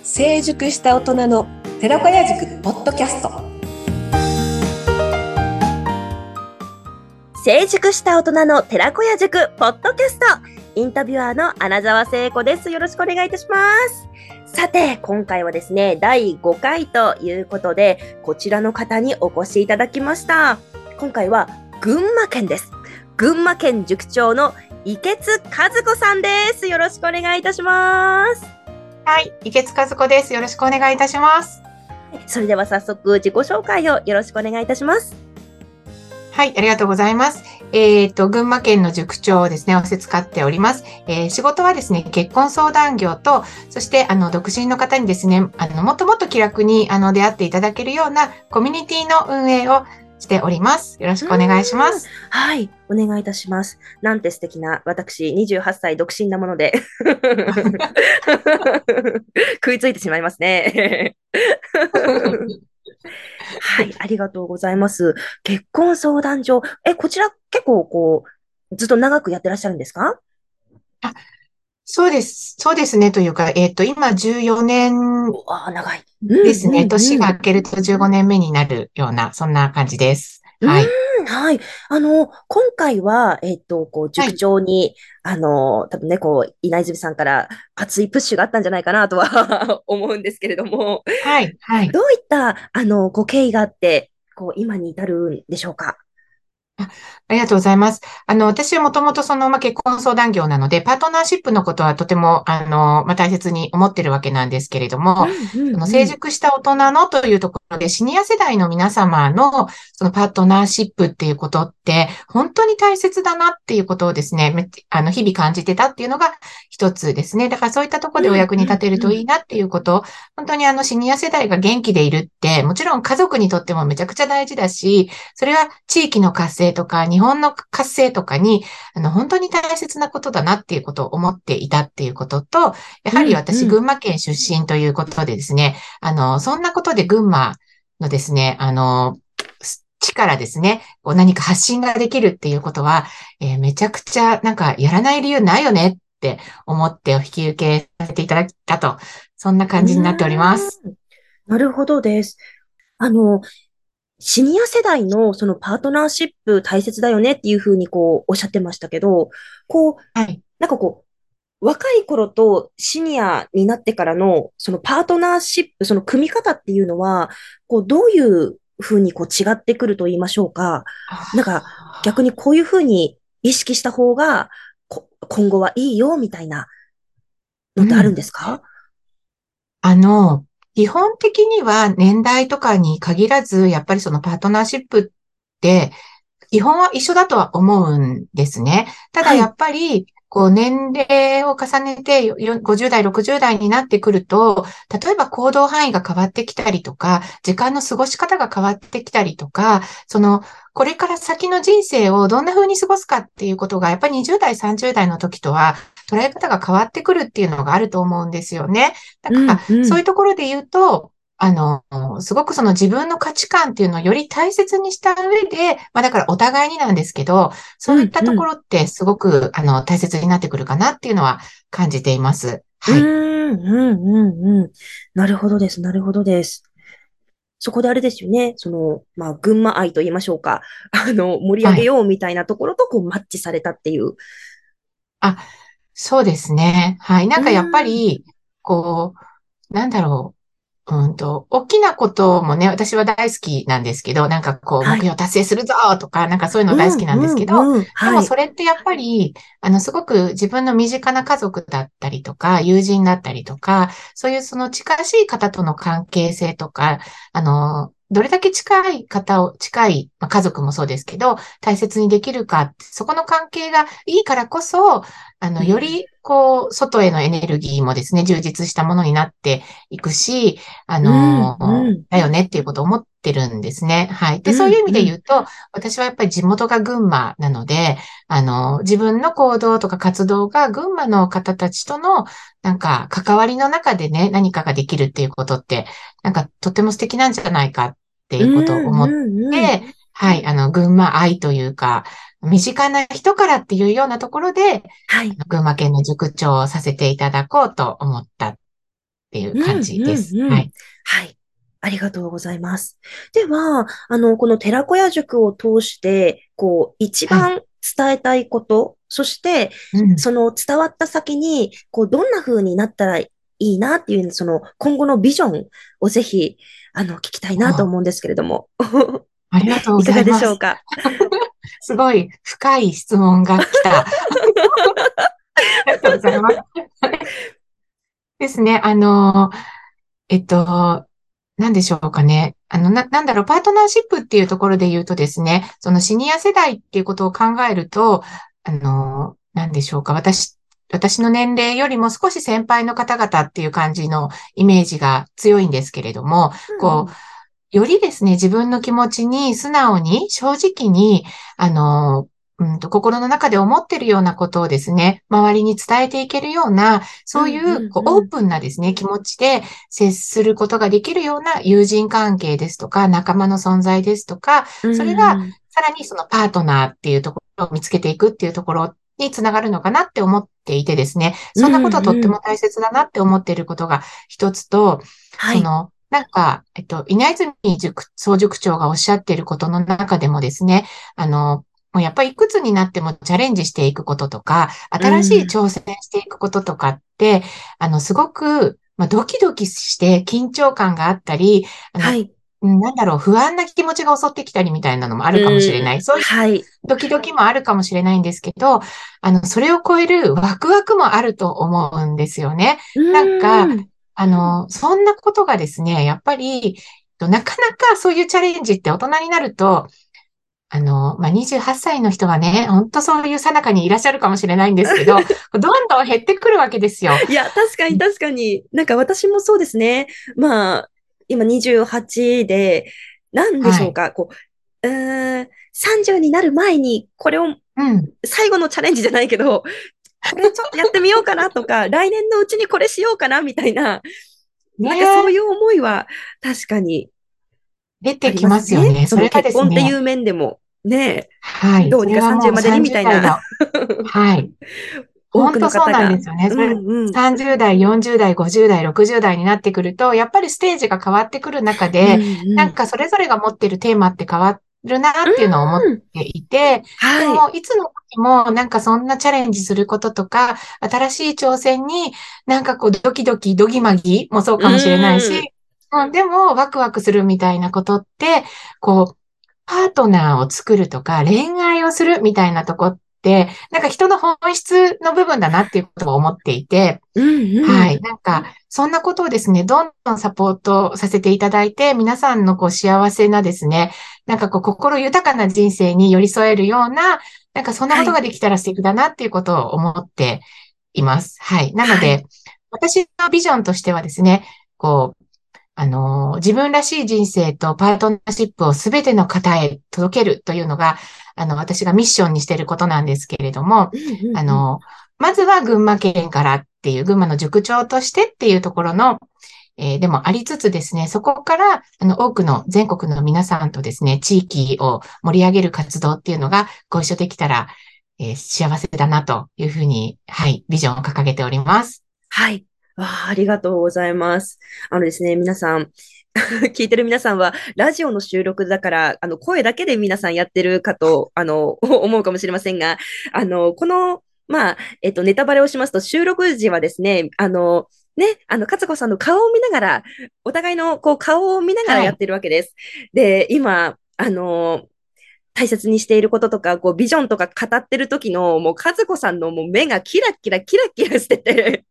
成熟した大人の寺子屋塾ポッドキャスト。 成熟した大人の寺子屋塾ポッドキャスト、インタビュアーの穴澤聖子です。よろしくお願いいたします。さて、今回はですね、第5回ということで、こちらの方にお越しいただきました。今回は群馬県です。群馬県塾長の池津和子さんです。よろしくお願いいたします。 はい、池津和子です。よろしくお願いいたします。 それでは早速自己紹介をよろしくお願いいたします。 はい、ありがとうございます。群馬県の塾長をですね、仰せつかっております。仕事はですね、結婚相談業と、そして独身の方にですね、もっともっと気楽に出会っていただけるようなコミュニティの運営をしております。よろしくお願いします。 はい、お願いいたします。なんて素敵な、私28歳独身なもので食いついてしまいますね。はい、ありがとうございます。結婚相談所。こちら結構ずっと長くやってらっしゃるんですか？ あ、そうです。そうですね。というか、今14年長い。 ですね。年が明けると15年目になるような、そんな感じです。はい。 はい。今回は、塾長に、多分ね、稲泉さんから熱いプッシュがあったんじゃないかなとは思うんですけれども、 はい。はい。 どういった、経緯があって、今に至るんでしょうか？ ありがとうございます。私はもともと結婚相談業なので、パートナーシップのことはとても、大切に思ってるわけなんですけれども、成熟した大人のというところで、シニア世代の皆様の、パートナーシップっていうことって、本当に大切だなっていうことをですね、日々感じてたっていうのが一つですね。だからそういったところでお役に立てるといいなっていうこと、本当にシニア世代が元気でいるって、もちろん家族にとってもめちゃくちゃ大事だし、それは地域の活性とか日本の活性とかに、本当に大切なことだなっていうことを思っていたっていうことと、やはり私、群馬県出身ということでですね、そんなことで群馬のですね、地からですね、何か発信ができるっていうことは、めちゃくちゃなんかやらない理由ないよねって思ってお引き受けさせていただいたと、そんな感じになっております。 なるほどです。シニア世代のそのパートナーシップ大切だよねっていうふうにおっしゃってましたけど、 はい。 なんか若い頃とシニアになってからのそのパートナーシップ、その組み方っていうのは、どういうふうに違ってくると言いましょうか。なんか逆にこういうふうに意識した方が今後はいいよみたいなのってあるんうん。 ですか？ あの、基本的には年代とかに限らず、やっぱりそのパートナーシップって、基本は一緒だとは思うんですね。ただはい。 やっぱり、年齢を重ねて50代、60代になってくると、例えば行動範囲が変わってきたりとか、時間の過ごし方が変わってきたりとか、これから先の人生をどんな風に過ごすかっていうことが、やっぱり20代、30代の時とは捉え方が変わってくるっていうのがあると思うんですよね。だから、そういうところで言うと、すごくその自分の価値観っていうのをより大切にした上で、だからお互いになんですけど、そういったところってすごく、大切になってくるかなっていうのは感じています。はい。 なるほどです。なるほどです。そこであれですよね。群馬愛と言いましょうか。盛り上はい。 げようみたいなところとマッチされたっていう。 あ、そうですね。はい。なうんかやっぱーん。 り、なんだろ大きなこともね、私は大好きなんですけど、なんか目はい。 標達成するぞとか、なんかそういうの大好きなんですけど、でもはい。 それってやっぱり、すごく自分の身近な家族だったりとか、友人だったりとか、そういうその近しい方との関係性とか、どれだけ近い、家族もそうですけど、大切にできるか、そこの関係がいいからこそ、より、外へのエネルギーもですね、充実したものになっていくし、だよねっていうことを思ってるんですね。はい。で、そういう意味で言うと、私はやっぱり地元が群馬なので、自分の行動とか活動が群馬の方たちとの、なんか、関わりの中でね、何かができるっていうことって、なんか、とても素敵なんじゃないかっていうことを思って、はい、群馬愛というか、身近な人からっていうようなところで、 はい。 群馬県の塾長をさせていただこうと思ったっていううん、 感じです。 うん、うん。 はい。 はい。ありがとうございます。では、この寺子屋塾を通して、一はい。 番伝えたいこと、そして、 うん。 その伝わった先に、どんな風になったらいいなっていう、その今後のビジョンをぜひ、聞きたいなと思うんですけれども。 ありがとうごいかがでざいます。 しょうか？ すごい深い質問が来た。ありがとうございます。ですね。えっと、なんでしょうかね。なんだろう、パートナーシップっていうところで言うとですね、そのシニア世代っていうことを考えると、なんでしょうか。私の年齢よりも少し先輩の方々っていう感じのイメージが強いんですけれども、こう、 うんうん。 よりですね、自分の気持ちに素直に、正直に、あの、心の中で思ってるようなことをですね、周りに伝えていけるような、 うんそういう、オーうんプンなですね、気持ちで接することができるような友人関係ですとか、仲間の存在ですとか、 うん。 それが、 うん。 さらにそのパートナーっていうところを見つけていくっていうところにつながるのかなって思っていてですね、 うそんなことはとってんうん。 も大切だなって思っていることが一つと、 はい。 稲泉総塾長がおっしゃっていることの中でもですね、もうやっぱりいくつになってもチャレンジしていくこととか、 う新しいん。 挑戦していくこととかって、すごく、ドキドキして緊張感があったり、あの、 はい。 なんだろう、不安な気持ちが襲ってきたりみたいなのもあうるかもしれない。 ん。 そういうはい。 ドキドキもあるかもしれないんですけど、それを超えるワクワクもあると思うんですよね。 うなんか、 ん。 そんなことがですね、やっぱり、なかなかそういうチャレンジって大人になると、28歳の人はね、本当そういう最中にいらっしゃるかもしれないんですけど、どんどん減ってくるわけですよ。 いや、確かに確かに。なんか私もそうですね。まあ、今28で、なんでしはい。 ょうか。30になる前に、これをうん。 最後のチャレンジじゃないけど、これちょっとやってみようかなとか、来年のうちにこれしようかなみたいな、 ねなんかそういえ、 う思いは確かにあり出てきますね。 ますよね。 そのそれが結婚っていですね、 う面でも、ねはい。 どうにかそれは 30 もうまでにみ 30 たいな代の、はい。 多くの本当そう方が。 なんですよね。 うそれ、 んうん。 30代、40代、50代、60代になってくると、やっぱりステージが変わってくる中うんで、 うん。 なんかそれぞれが持ってるテーマって変わるなっていうのを思っうん。 ていて、ではい。 も、いつの時もなんかそんなチャレンジすることとか、新しい挑戦になんかこうドキドキ、ドギマギもそううかもしれないん。 し、でもワクワクするみたいなことって、こう、パートナーを作るとか、恋愛をするみたいなとこって、なんか人の本質の部分だなっていうことを思っていて、 うんうん。 はい。なんか、そんなことをですね、どんどんサポートさせていただいて、皆さんのこう幸せなですね、なんかこう心豊かな人生に寄り添えるような、なんかそんなはい。 ことができたら素敵だなっていうことを思っています。はい。なのはい。 で、私のビジョンとしてはですね、こう、自分らしい人生とパートナーシップをすべての方へ届けるというのが、私がミッションにしていることなんですけれども、 うんうんうん。 あの、まずは群馬県からっていう、群馬の塾長としてっていうところの、でもありつつですね、そこから、多くの全国の皆さんとですね、地域を盛り上げる活動っていうのがご一緒できたら、幸せだなというふうに、はい、ビジョンを掲げております。 はい。ありがとうございます。ですね、皆さん、聞いてる皆さんは、ラジオの収録だから、声だけで皆さんやってるかと、思うかもしれませんが、この、まあ、ネタバレをしますと、収録時はですね、勝子さんの顔を見ながら、お互いのこう顔を見ながらはい。 やってるわけです。で、今、大切にしていることとか、ビジョンとか語ってる時の、もう、和子さんのもう目がキラキラキラキラしてて、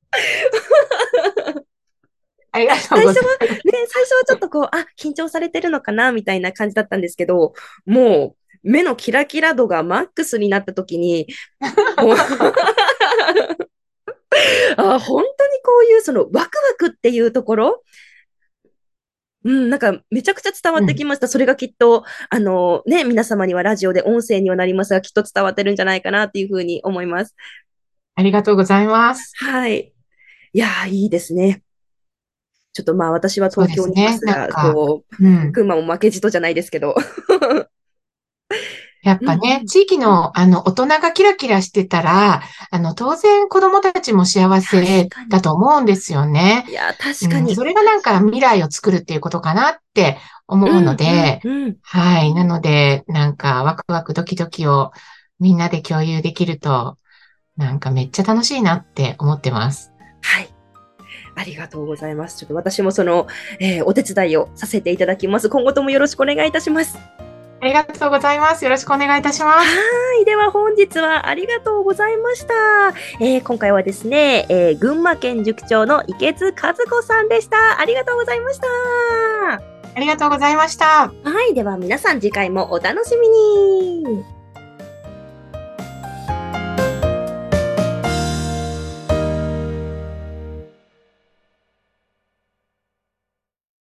ありがとう最初はございます。 最初はちょっと緊張されてるのかな、みたいな感じだったんですけど、もう、目のキラキラ度がマックスになった時に、もう本当にこういうそのワクワクっていうところ、うん、なんかめちゃくちゃ伝わうん。 ってきました。それがきっと、皆様にはラジオで音声にはなりますが、きっと伝わってるんじゃないかなっていうふうに思います。 ありがとうございます。 はい。いやー、いいですね。ちょっとまあ私はそう東京にいまですね。 すが、 うん。 群馬も負けじとじゃないですけど。 やっぱね、地域の、大人がキラキラしてたら、当然子供たちも幸せ確かに。 だと思うんですよね。 いや、確かに。 それがなんか未来を作るっていうことかなって思うので、はい。なので、なんかワクワクドキドキをみんなで共有できると、なんかめっちゃ楽しいなって思ってます。 はい。ありがとうございます。ちょっと私もお手伝いをさせていただきます。今後ともよろしくお願いいたします。 ありがとうございます。よろしくお願いいたします。 はい。では本日はありがとうございました。今回はですね、群馬県塾長の池津和子さんでした。ありがとうございました。 ありがとうございました。 はい。では皆さん次回もお楽しみに。